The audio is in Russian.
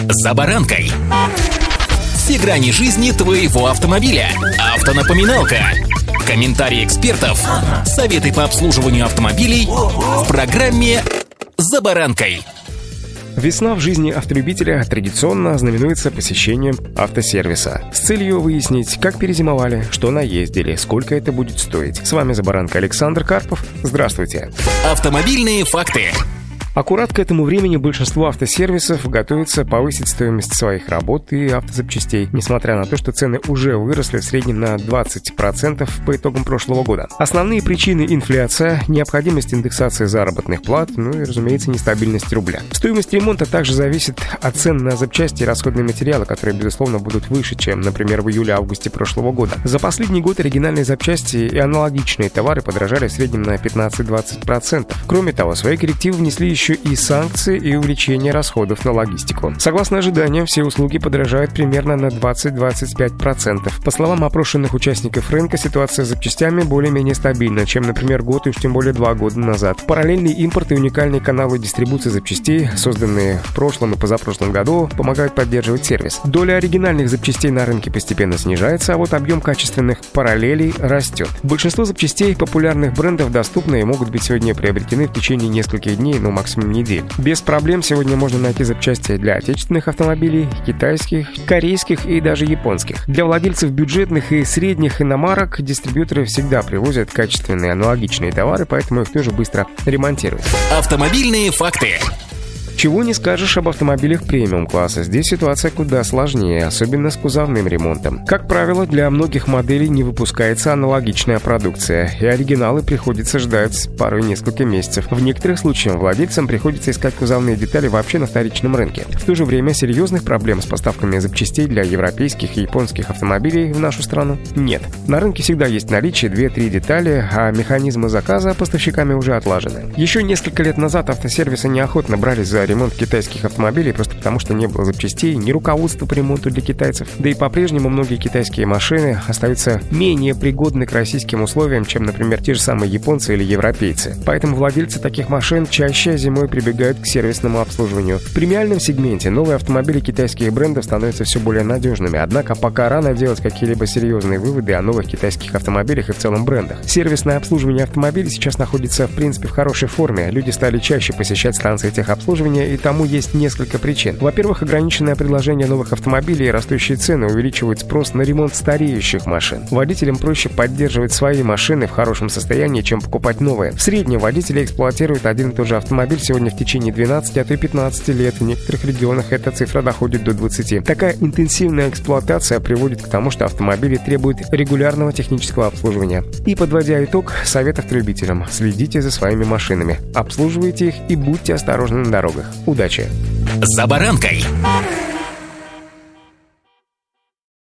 «За баранкой». Все грани жизни твоего автомобиля. Автонапоминалка. Комментарии экспертов. Советы по обслуживанию автомобилей в программе «За баранкой». Весна в жизни автолюбителя традиционно знаменуется посещением автосервиса с целью выяснить, как перезимовали, что наездили, сколько это будет стоить. С вами «За баранкой» Александр Карпов. Здравствуйте. Автомобильные факты. Аккурат к этому времени большинство автосервисов готовится повысить стоимость своих работ и автозапчастей, несмотря на то, что цены уже выросли в среднем на 20% по итогам прошлого года. Основные причины — инфляция, необходимость индексации заработных плат, ну и, разумеется, нестабильность рубля. Стоимость ремонта также зависит от цен на запчасти и расходные материалы, которые, безусловно, будут выше, чем, например, в июле-августе прошлого года. За последний год оригинальные запчасти и аналогичные товары подорожали в среднем на 15-20%. Кроме того, свои коррективы внесли еще и санкции и увеличение расходов на логистику. Согласно ожиданиям, все услуги подорожают примерно на 20-25%. По словам опрошенных участников рынка, ситуация с запчастями более-менее стабильна, чем, например, год и уж тем более 2 года назад. Параллельный импорт и уникальные каналы дистрибуции запчастей, созданные в прошлом и позапрошлом году, помогают поддерживать сервис. Доля оригинальных запчастей на рынке постепенно снижается, а вот объем качественных параллелей растет. Большинство запчастей популярных брендов доступны и могут быть сегодня приобретены в течение нескольких дней, но максимум недель. Без проблем сегодня можно найти запчасти для отечественных автомобилей, китайских, корейских и даже японских. Для владельцев бюджетных и средних иномарок дистрибьюторы всегда привозят качественные аналогичные товары, поэтому их тоже быстро ремонтируют. Автомобильные факты. Чего не скажешь об автомобилях премиум-класса. Здесь ситуация куда сложнее, особенно с кузовным ремонтом. Как правило, для многих моделей не выпускается аналогичная продукция, и оригиналы приходится ждать порой несколько месяцев. В некоторых случаях владельцам приходится искать кузовные детали вообще на вторичном рынке. В то же время серьезных проблем с поставками запчастей для европейских и японских автомобилей в нашу страну нет. На рынке всегда есть наличие 2-3 детали, а механизмы заказа поставщиками уже отлажены. Еще несколько лет назад автосервисы неохотно брались за ремонт китайских автомобилей просто потому, что не было запчастей, ни руководства по ремонту для китайцев. Да и по-прежнему многие китайские машины остаются менее пригодны к российским условиям, чем, например, те же самые японцы или европейцы. Поэтому владельцы таких машин чаще зимой прибегают к сервисному обслуживанию. В премиальном сегменте новые автомобили китайских брендов становятся все более надежными, однако пока рано делать какие-либо серьезные выводы о новых китайских автомобилях и в целом брендах. Сервисное обслуживание автомобилей сейчас находится, в принципе, в хорошей форме. Люди стали чаще посещать станции техобслуживания, и тому есть несколько причин. Во-первых, ограниченное предложение новых автомобилей и растущие цены увеличивают спрос на ремонт стареющих машин. Водителям проще поддерживать свои машины в хорошем состоянии, чем покупать новые. В среднем водители эксплуатируют один и тот же автомобиль сегодня в течение 12, а то и 15 лет. В некоторых регионах эта цифра доходит до 20. Такая интенсивная эксплуатация приводит к тому, что автомобили требуют регулярного технического обслуживания. И, подводя итог, совет автолюбителям: следите за своими машинами, обслуживайте их и будьте осторожны на дорогах. Удачи! «За баранкой».